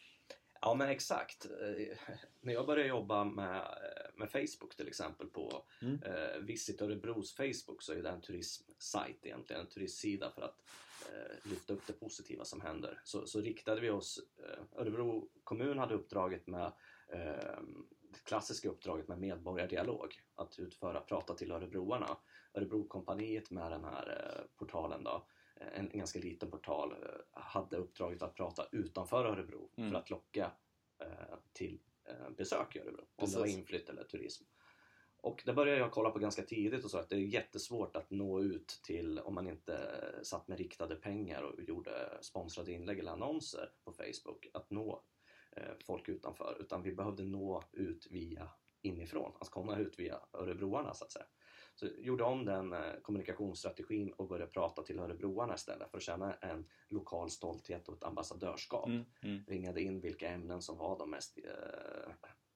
Ja men exakt. När jag började jobba med, med Facebook till exempel på mm. eh, Visit Örebros Facebook, så är det en turismsajt egentligen, en turistsida för att eh, lyfta upp det positiva som händer. Så, så riktade vi oss, eh, Örebro kommun hade uppdraget med eh, det klassiska uppdraget med medborgardialog, att utföra prata till örebroarna. Örebrokompaniet med den här eh, portalen då, en, en ganska liten portal, eh, hade uppdraget att prata utanför Örebro mm. för att locka eh, till eh, besök i Örebro, om Precis. Det var inflytt eller turism. Och där började jag kolla på ganska tidigt och sa att det är jättesvårt att nå ut till, om man inte satt med riktade pengar och gjorde sponsrade inlägg eller annonser på Facebook, att nå eh, folk utanför, utan vi behövde nå ut via inifrån, att komma ut via örebroarna så att säga. Så jag gjorde om den eh, kommunikationsstrategin och började prata till örebroarna istället för att känna en lokal stolthet och ett ambassadörskap. Mm, mm. Ringade in vilka ämnen som var de mest, eh,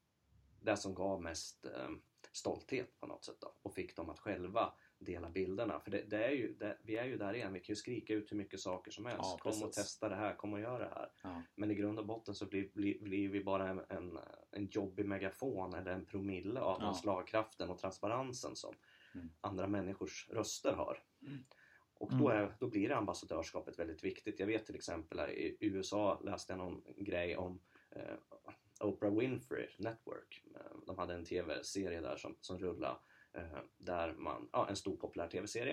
det som gav mest eh, stolthet på något sätt då, och fick dem att själva dela bilderna. För det, det är ju, det, vi är ju där igen, vi kan ju skrika ut hur mycket saker som helst. Ja, kom och testa det här, kom och gör det här. Ja. Men i grund och botten så blir, blir, blir vi bara en, en, en jobbig megafon eller en promille av ja. Den slagkraften och transparensen som mm. andra människors röster har. Mm. Och då, är, då blir det ambassadörskapet väldigt viktigt. Jag vet till exempel här, i U S A läste jag någon grej om eh, Oprah Winfrey Network. De hade en tv-serie där som, som rullade. Eh, där man, ja, en stor populär tv-serie.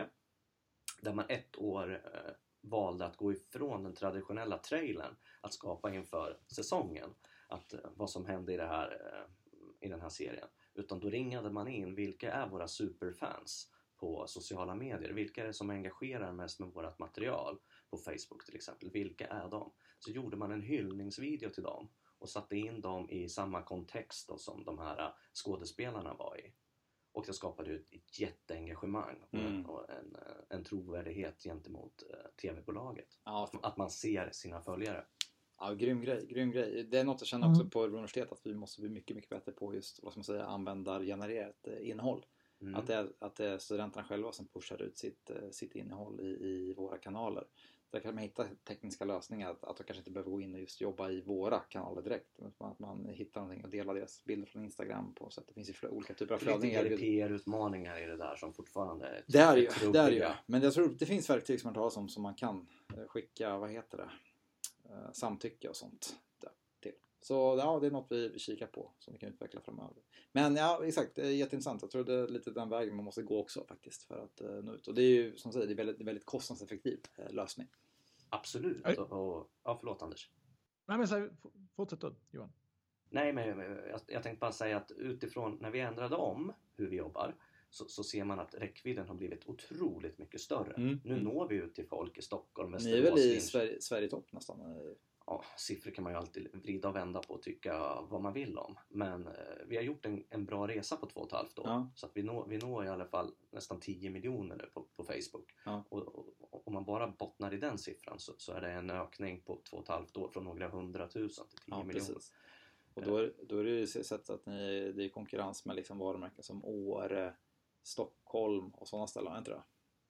Där man ett år eh, valde att gå ifrån den traditionella trailern. Att skapa inför säsongen. Att, eh, vad som hände i, det här, eh, i den här serien. Utan då ringade man in, vilka är våra superfans på sociala medier? Vilka är det som engagerar mest med vårt material på Facebook till exempel? Vilka är de? Så gjorde man en hyllningsvideo till dem och satte in dem i samma kontext då som de här skådespelarna var i. Och det skapade ett, ett jätteengagemang och, mm. och en, en trovärdighet gentemot uh, tv-bolaget. Ja, för... Att man ser sina följare. Ja, grym grej, grym grej. Det är något jag känner också mm. på universitetet, att vi måste bli mycket, mycket bättre på just, vad ska man säga, användargenererat innehåll. Mm. Att, det är, att det är studenterna själva som pushar ut sitt, sitt innehåll i, i våra kanaler. Där kan man hitta tekniska lösningar, att, att de kanske inte behöver gå in och just jobba i våra kanaler direkt. Att man hittar någonting och delar deras bilder från Instagram på, så att det finns ju fl- olika typer av flödningar. Det är P R-utmaningar i det där som fortfarande är det är ju, det är ju. Men jag tror det finns verktyg som man talar om som man kan skicka, vad heter det, samtycke och sånt där till. Så ja, det är något vi, vi kikar på som vi kan utveckla framöver. Men ja, exakt, det är jätteintressant. Jag tror det är lite den vägen man måste gå också faktiskt för att uh, nå ut. Och det är ju som säger, det är väldigt, väldigt kostnadseffektiv uh, lösning. Absolut. Och, och, ja, förlåt Anders. Nej, men så, fortsätt då, Johan. Nej, men jag, jag tänkte bara säga att utifrån när vi ändrade om hur vi jobbar så, så ser man att räckvidden har blivit otroligt mycket större. Mm. Nu når vi ut till folk i Stockholm, Västerås. Ni är väl i Sverige, Sverige topp nästan? Ja, siffror kan man ju alltid vrida och vända på och tycka vad man vill om. Men eh, vi har gjort en, en bra resa på två och ett halvt år. Ja. Så att vi når, vi når i alla fall nästan tio miljoner nu på, på Facebook. Ja. Och, och om man bara bottnar i den siffran så, så är det en ökning på två och ett halvt år från några hundratusen till tio ja, miljoner. Precis. Och då är, då är det ju sett att ni, det är konkurrens med liksom varumärken som Åre, Stockholm och sådana ställen, inte det?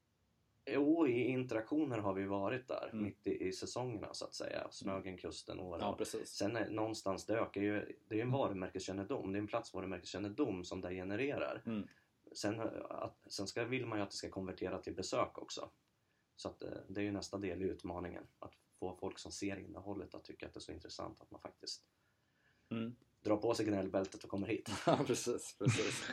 Jo, i interaktioner har vi varit där mm. mitt i, i säsongerna så att säga. Smögen, Kusten, Åre. Ja, precis. Sen är, någonstans det ökar ju, det är ju en varumärkeskännedom, det är en platsvarumärkeskännedom som det genererar. Mm. Sen, att, sen ska, vill man ju att det ska konvertera till besök också. Så att, det är ju nästa del i utmaningen. Att få folk som ser innehållet att tycka att det är så intressant att man faktiskt mm. drar på sig gnällbältet och kommer hit. Ja, precis. Precis.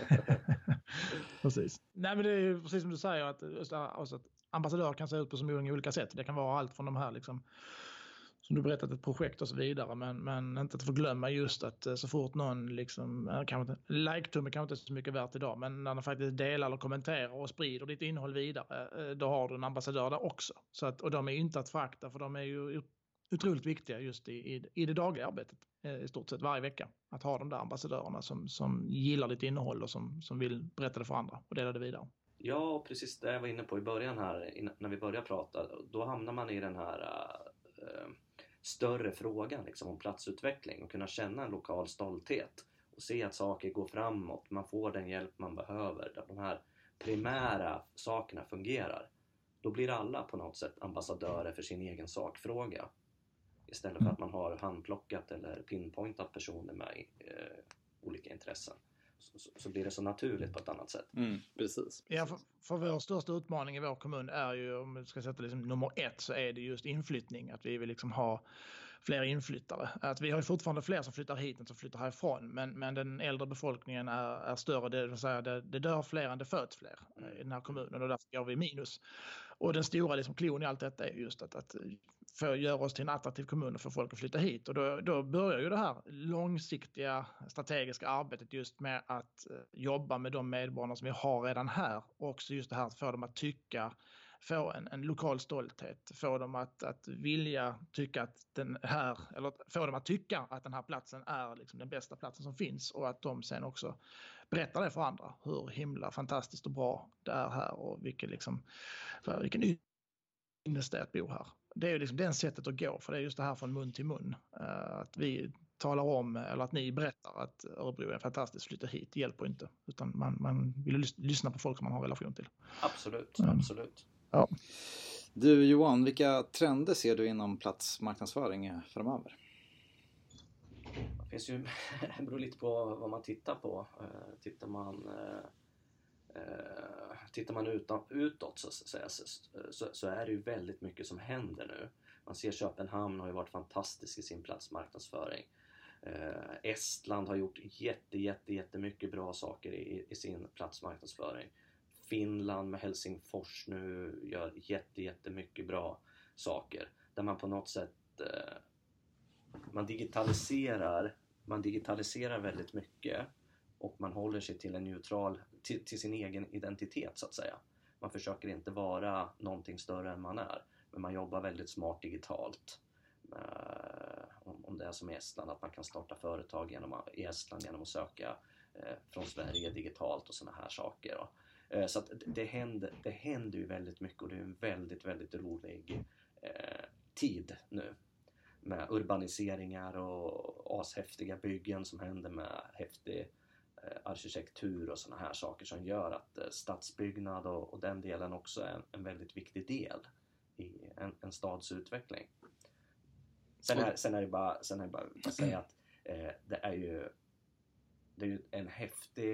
precis. Nej, men det är ju precis som du säger att, alltså, att ambassadör kan se ut på så många olika sätt. Det kan vara allt från de här liksom, som du berättat, ett projekt och så vidare, men, men inte att få glömma just att så fort någon liksom, kanske, like-tumme kanske inte är så mycket värt idag, men när de faktiskt delar eller kommenterar och sprider ditt innehåll vidare, då har du en ambassadör där också. Så att, och de är ju inte att förakta, för de är ju otroligt viktiga just i, i, i det dagliga arbetet i stort sett varje vecka. Att ha de där ambassadörerna som, som gillar ditt innehåll och som, som vill berätta det för andra och dela det vidare. Ja, precis det jag var inne på i början här, när vi började prata, då hamnar man i den här äh, större frågan liksom, om platsutveckling och kunna känna en lokal stolthet och se att saker går framåt, man får den hjälp man behöver, där de här primära sakerna fungerar. Då blir alla på något sätt ambassadörer för sin egen sakfråga. Istället för att man har handplockat eller pinpointat personer med eh, olika intressen. Så, så, så blir det så naturligt på ett annat sätt. Mm, precis. Ja, för, för vår största utmaning i vår kommun är ju, om vi ska sätta liksom nummer ett, så är det just inflyttning. Att vi vill liksom ha fler inflyttare. Att vi har ju fortfarande fler som flyttar hit än som flyttar härifrån. Men, men den äldre befolkningen är, är större. Det, vill säga, det, det dör fler än det föds fler i den här kommunen. Och därför går vi minus. Och den stora liksom, klon i allt detta är just att, att få göra oss till en attraktiv kommun och få folk att flytta hit. Och då, då börjar ju det här långsiktiga strategiska arbetet just med att uh, jobba med de medborgare som vi har redan här. Och också just det här att få dem att tycka, få en, en lokal stolthet, få dem att, att vilja tycka att den här, eller få dem att tycka att den här platsen är liksom den bästa platsen som finns, och att de sen också berättar det för andra, hur himla fantastiskt och bra det är här och vilken liksom, vilken ynnest det är att bo här. Det är ju liksom den sättet att gå, för det är just det här från mun till mun, att vi talar om, eller att ni berättar att Örebro är fantastiskt, flytta hit, hjälper inte, utan man, man vill lys- lyssna på folk som man har relation till. Absolut, mm. absolut. Ja. Du Johan, vilka trender ser du inom platsmarknadsföring framöver? Det finns ju, det beror lite på vad man tittar på. Tittar man, tittar man utåt, utåt så, så, så, så är det ju väldigt mycket som händer nu. Man ser Köpenhamn har ju varit fantastisk i sin platsmarknadsföring. Estland har gjort jätte, jätte, jättemycket bra saker i, i sin platsmarknadsföring. Finland med Helsingfors nu gör jätte, jättemycket bra saker. Där man på något sätt eh, man digitaliserar man digitaliserar väldigt mycket och man håller sig till en neutral till, till sin egen identitet så att säga. Man försöker inte vara någonting större än man är, men man jobbar väldigt smart digitalt. Eh, om, om det är som i Estland, att man kan starta företag genom, i Estland genom att söka eh, från Sverige digitalt och såna här saker. Och, så att det händer, det händer ju väldigt mycket, och det är en väldigt, väldigt rolig eh, tid nu. Med urbaniseringar och ashäftiga byggen som händer med häftig eh, arkitektur och såna här saker som gör att eh, stadsbyggnad och, och den delen också är en, en väldigt viktig del i en, en stads utveckling. Sen är, sen är det bara, sen är det bara att säga att eh, det är ju det är ju en häftig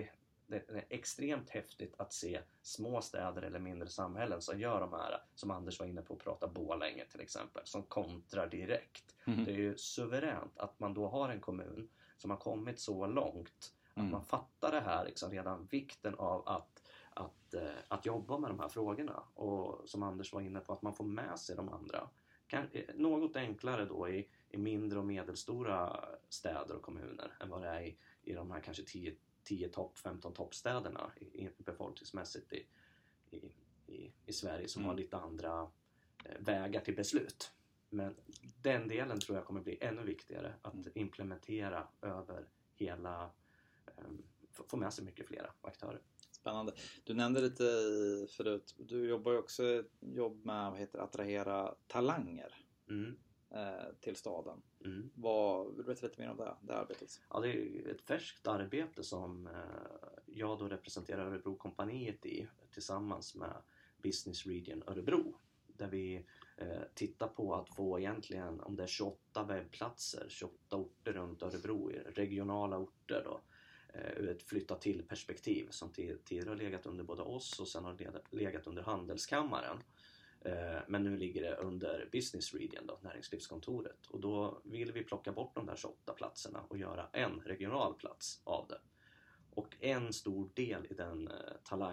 det är extremt häftigt att se små städer eller mindre samhällen som gör de här, som Anders var inne på att prata Borlänge till exempel, som kontrar direkt. Mm. Det är ju suveränt att man då har en kommun som har kommit så långt att mm. man fattar det här liksom redan, vikten av att, att, eh, att jobba med de här frågorna. Och som Anders var inne på, att man får med sig de andra. Kan, något enklare då i, i mindre och medelstora städer och kommuner än vad det är i, i de här kanske tio tio topp, femton toppstäderna i, i befolkningsmässigt i, i, i, i Sverige som mm. har lite andra eh, vägar till beslut. Men den delen tror jag kommer bli ännu viktigare att mm. implementera över hela, eh, få med sig mycket flera aktörer. Spännande. Du nämnde lite förut, du jobbar ju också jobb med vad heter, attrahera talanger. Mm. till staden. Mm. Vad, vill du berätta lite mer om det, det arbetet? Ja, det är ett färskt arbete som jag då representerar Örebrokompaniet i tillsammans med Business Region Örebro. Där vi eh, tittar på att få egentligen, om det är tjugoåtta webbplatser, tjugoåtta orter runt Örebro, regionala orter då, eh, ur ett flytta till perspektiv som tidigare har legat under både oss och sen har legat under Handelskammaren. Men nu ligger det under Business Region då, näringslivskontoret. Och då vill vi plocka bort de där tjugoåtta platserna och göra en regional plats av det. Och en stor del i den eh,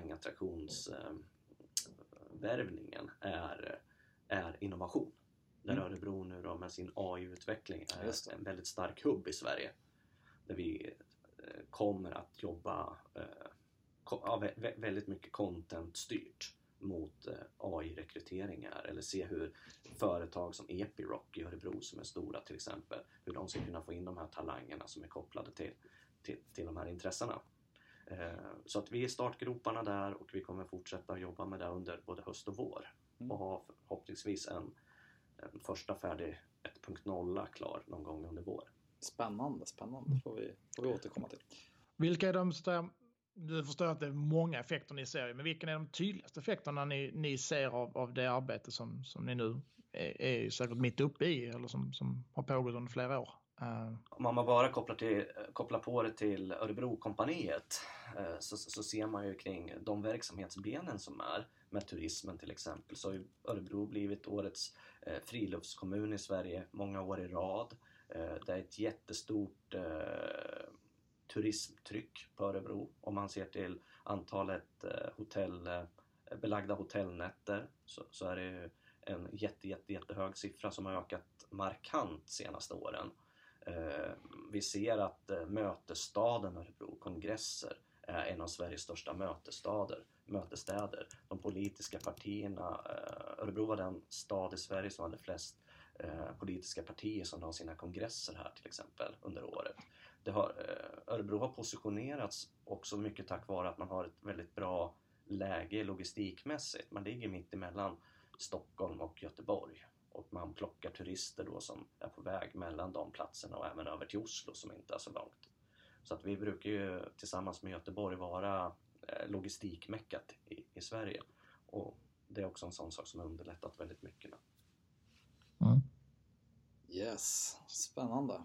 talangattraktionsvärvningen eh, är, är innovation. Där mm. Örebro nu då med sin A I-utveckling är en väldigt stark hubb i Sverige. Där vi eh, kommer att jobba eh, ja, vä- väldigt mycket content-styrt mot A I-rekryteringar, eller se hur företag som Epiroc i Örebro som är stora till exempel, hur de ska kunna få in de här talangerna som är kopplade till, till, till de här intressena. Eh, så att vi är i startgroparna där och vi kommer fortsätta jobba med det under både höst och vår mm. och ha förhoppningsvis en, en första färdig ett punkt noll klar någon gång under vår. Spännande, spännande. Får vi, får vi återkomma till. Vilka är de större? Du förstår att det är många effekter ni ser, men vilka är de tydligaste effekterna ni, ni ser av, av det arbete som, som ni nu är, är säkert mitt uppe i eller som, som har pågått under flera år? Uh. Om man bara kopplar, till, kopplar på det till Örebrokompaniet uh, så, så ser man ju kring de verksamhetsbenen som är med turismen till exempel. Så har Örebro blivit årets uh, friluftskommun i Sverige många år i rad. Uh, det är ett jättestort uh, turismtryck på Örebro. Om man ser till antalet eh, hotell, eh, belagda hotellnätter så, så är det en jätte, jätte, jättehög siffra som har ökat markant senaste åren. Eh, vi ser att eh, mötesstaden Örebro, kongresser, är en av Sveriges största mötesstäder. mötesstäder. De politiska partierna, eh, Örebro var den stad i Sverige som hade flest eh, politiska partier som har sina kongresser här till exempel under året. Det har, Örebro har positionerats också mycket tack vare att man har ett väldigt bra läge logistikmässigt. Man ligger mitt emellan Stockholm och Göteborg och man plockar turister då som är på väg mellan de platserna och även över till Oslo som inte är så långt. Så att vi brukar ju tillsammans med Göteborg vara logistikmäckat i, i Sverige och det är också en sån sak som har underlättat väldigt mycket nu. Mm. Yes, spännande.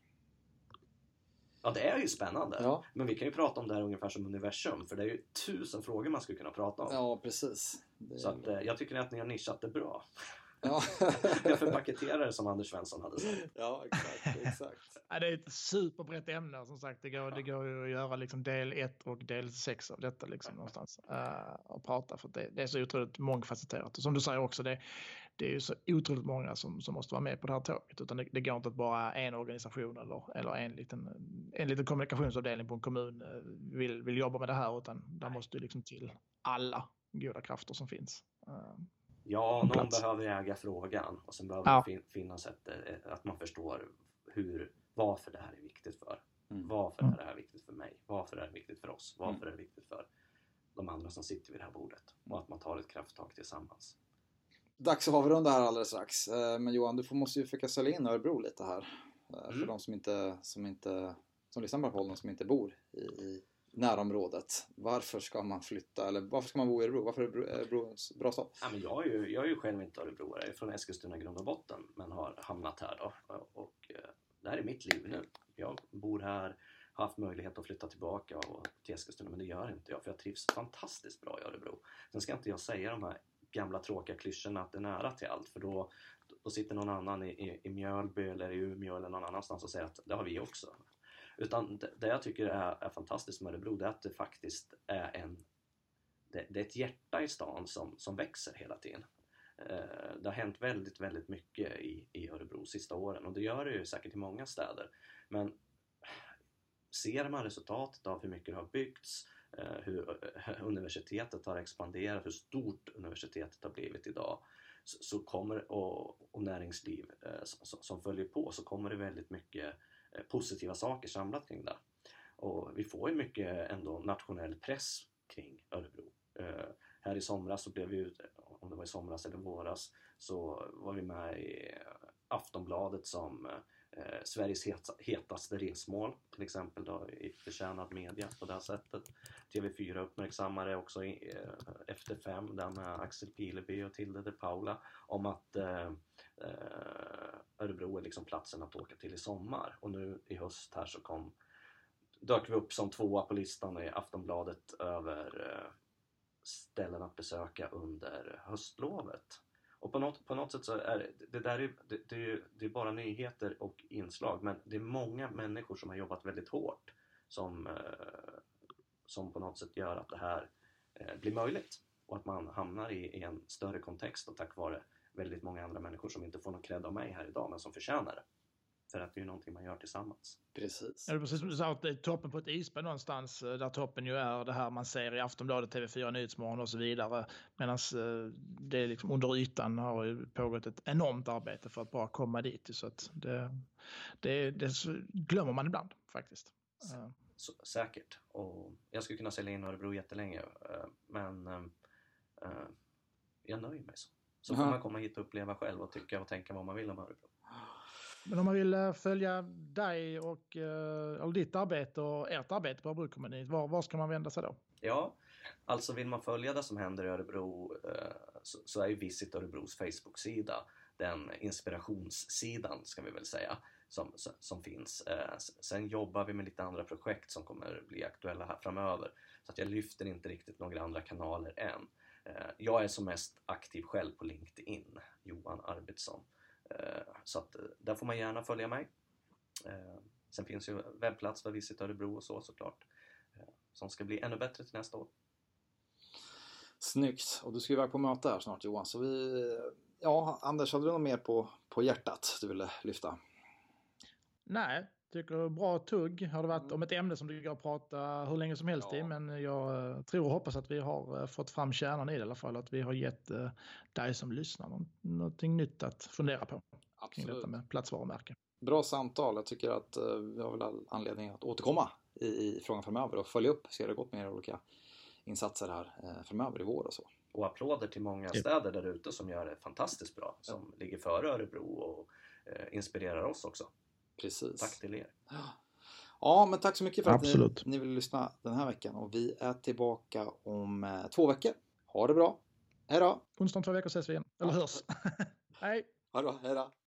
Ja, det är ju spännande. Ja. Men vi kan ju prata om det här ungefär som universum. För det är ju tusen frågor man skulle kunna prata om. Ja, precis. Det så att, eh, jag tycker att ni har nischat det bra. Ja. Jag förpaketerar det som Anders Svensson hade sagt. Ja, exakt. exakt. Ja, det är ett superbrett ämne som sagt. Det går, det går ju att göra liksom del ett och del sex av detta liksom någonstans. Uh, och prata för det, det är så otroligt mångfacetterat. Och som du säger också, det, det är ju så otroligt många som, som måste vara med på det här tåget. Utan det, det går inte att bara en organisation eller, eller en, liten, en liten kommunikationsavdelning på en kommun vill, vill jobba med det här. Utan där måste ju liksom till alla goda krafter som finns. Uh, Ja, någon plats. Behöver äga frågan och sen behöver ja. det finnas ett, att man förstår hur, varför det här är viktigt för. Mm. Varför mm. är det här viktigt för mig? Varför är det viktigt för oss? Varför mm. är det viktigt för de andra som sitter vid det här bordet? Och att man tar ett krafttag tillsammans. Dags att avrunda här alldeles strax. Men Johan, du måste ju försöka sälja in Örebro lite här. För mm. de som inte, som inte som lyssnar på podden som inte bor i, i närområdet. Varför ska man flytta? Eller varför ska man bo i Örebro? Varför är Örebro en bra stad? Ja, men jag, är ju, jag är ju själv inte Örebroare. Jag är från Eskilstuna grund och botten. Men har hamnat här då. Och det här är mitt liv nu. Jag bor här. har haft möjlighet att flytta tillbaka och till Eskilstuna, men det gör inte jag för jag trivs fantastiskt bra i Örebro. Sen ska inte jag säga de här gamla tråkiga klyschorna att det är nära till allt, för då, då sitter någon annan i, i, i Mjölby eller i Umeå eller någon annanstans och säger att det har vi också. Utan det, det jag tycker är, är fantastiskt med Örebro, det är att det faktiskt är en det, det är ett hjärta i stan som, som växer hela tiden. Eh, det har hänt väldigt, väldigt mycket i, i Örebro sista åren, och det gör det ju säkert i många städer. Men ser man resultatet av hur mycket det har byggts, eh, hur universitetet har expanderat, hur stort universitetet har blivit idag, så, så kommer, och, och näringsliv eh, som, som följer på, så kommer det väldigt mycket eh, positiva saker samlat kring det. Och vi får ju mycket ändå nationell press kring Örebro. Eh, här i somras så blev vi, om det var i somras eller våras, så var vi med i Aftonbladet som eh, Sveriges het, hetaste resmål, till exempel då, i förtjänad media på det här sättet. T V fyra uppmärksammade också i, eh, efter fem, där med Axel Pileby och Tilde de Paula, om att eh, eh, Örebro är liksom platsen att åka till i sommar. Och nu i höst här så kom dök vi upp som tvåa på listan i Aftonbladet över eh, ställen att besöka under höstlovet. Och på något, på något sätt så är det, det där är, det, det, det är bara nyheter och inslag, men det är många människor som har jobbat väldigt hårt som, eh, som på något sätt gör att det här eh, blir möjligt, och att man hamnar i, i en större kontext, och tack vare väldigt många andra människor som inte får någon cred av mig här idag, men som förtjänar det. För att det är ju någonting man gör tillsammans. Precis. Eller precis som du sa, att det är toppen på ett isberg någonstans, där toppen ju är det här man ser i Aftonbladet, T V fyra, Nyhetsmorgon och så vidare. Medan det är liksom under ytan har ju pågått ett enormt arbete för att bara komma dit. Så att det, det, det glömmer man ibland faktiskt. Så, så, säkert. Och jag skulle kunna sälja in Örebro jättelänge, men äh, jag nöjer mig så. Så får man komma hit och uppleva själv och tycka och tänka vad man vill om Örebro. Men om man vill följa dig och eller ditt arbete och ert arbete på Örebro-kompaniet, var, var ska man vända sig då? Ja, alltså vill man följa det som händer i Örebro så, så är ju Visit Örebros Facebook-sida den inspirationssidan, ska vi väl säga, som, som finns. Sen jobbar vi med lite andra projekt som kommer bli aktuella här framöver, så att jag lyfter inte riktigt några andra kanaler än. Jag är som mest aktiv själv på LinkedIn, Johan Arvidsson. Så att där får man gärna följa mig. Sen finns ju webbplats för Visit Örebro och så såklart, som ska bli ännu bättre till nästa år. Snyggt. Och du ska ju iväg på möte här snart, Johan. Så vi... Ja, Anders, hade du något mer på, på hjärtat du ville lyfta? Nej, tycker bra tugg. Har det varit mm. om ett ämne som du går att prata hur länge som helst ja. i, men jag tror och hoppas att vi har fått fram kärnan i det i alla fall, att vi har gett uh, dig som lyssnar någonting nytt att fundera på. Absolut. Kring detta med platsvarumärke. Bra samtal. Jag tycker att uh, vi har väl all anledning att återkomma i, i frågan framöver och följa upp, se det gått med era olika insatser här uh, framöver i vår och så. Och applåder till många städer där ute som gör det fantastiskt bra, som ja. ligger före Örebro och uh, inspirerar oss också. Precis. Tack till er. Ja, men tack så mycket för Absolut. att ni, ni vill lyssna den här veckan. Och vi är tillbaka om eh, två veckor. Ha det bra. Hej då. Onsdag om två veckor ses vi igen. Eller hörs. Hej. Ha det bra. Hej då.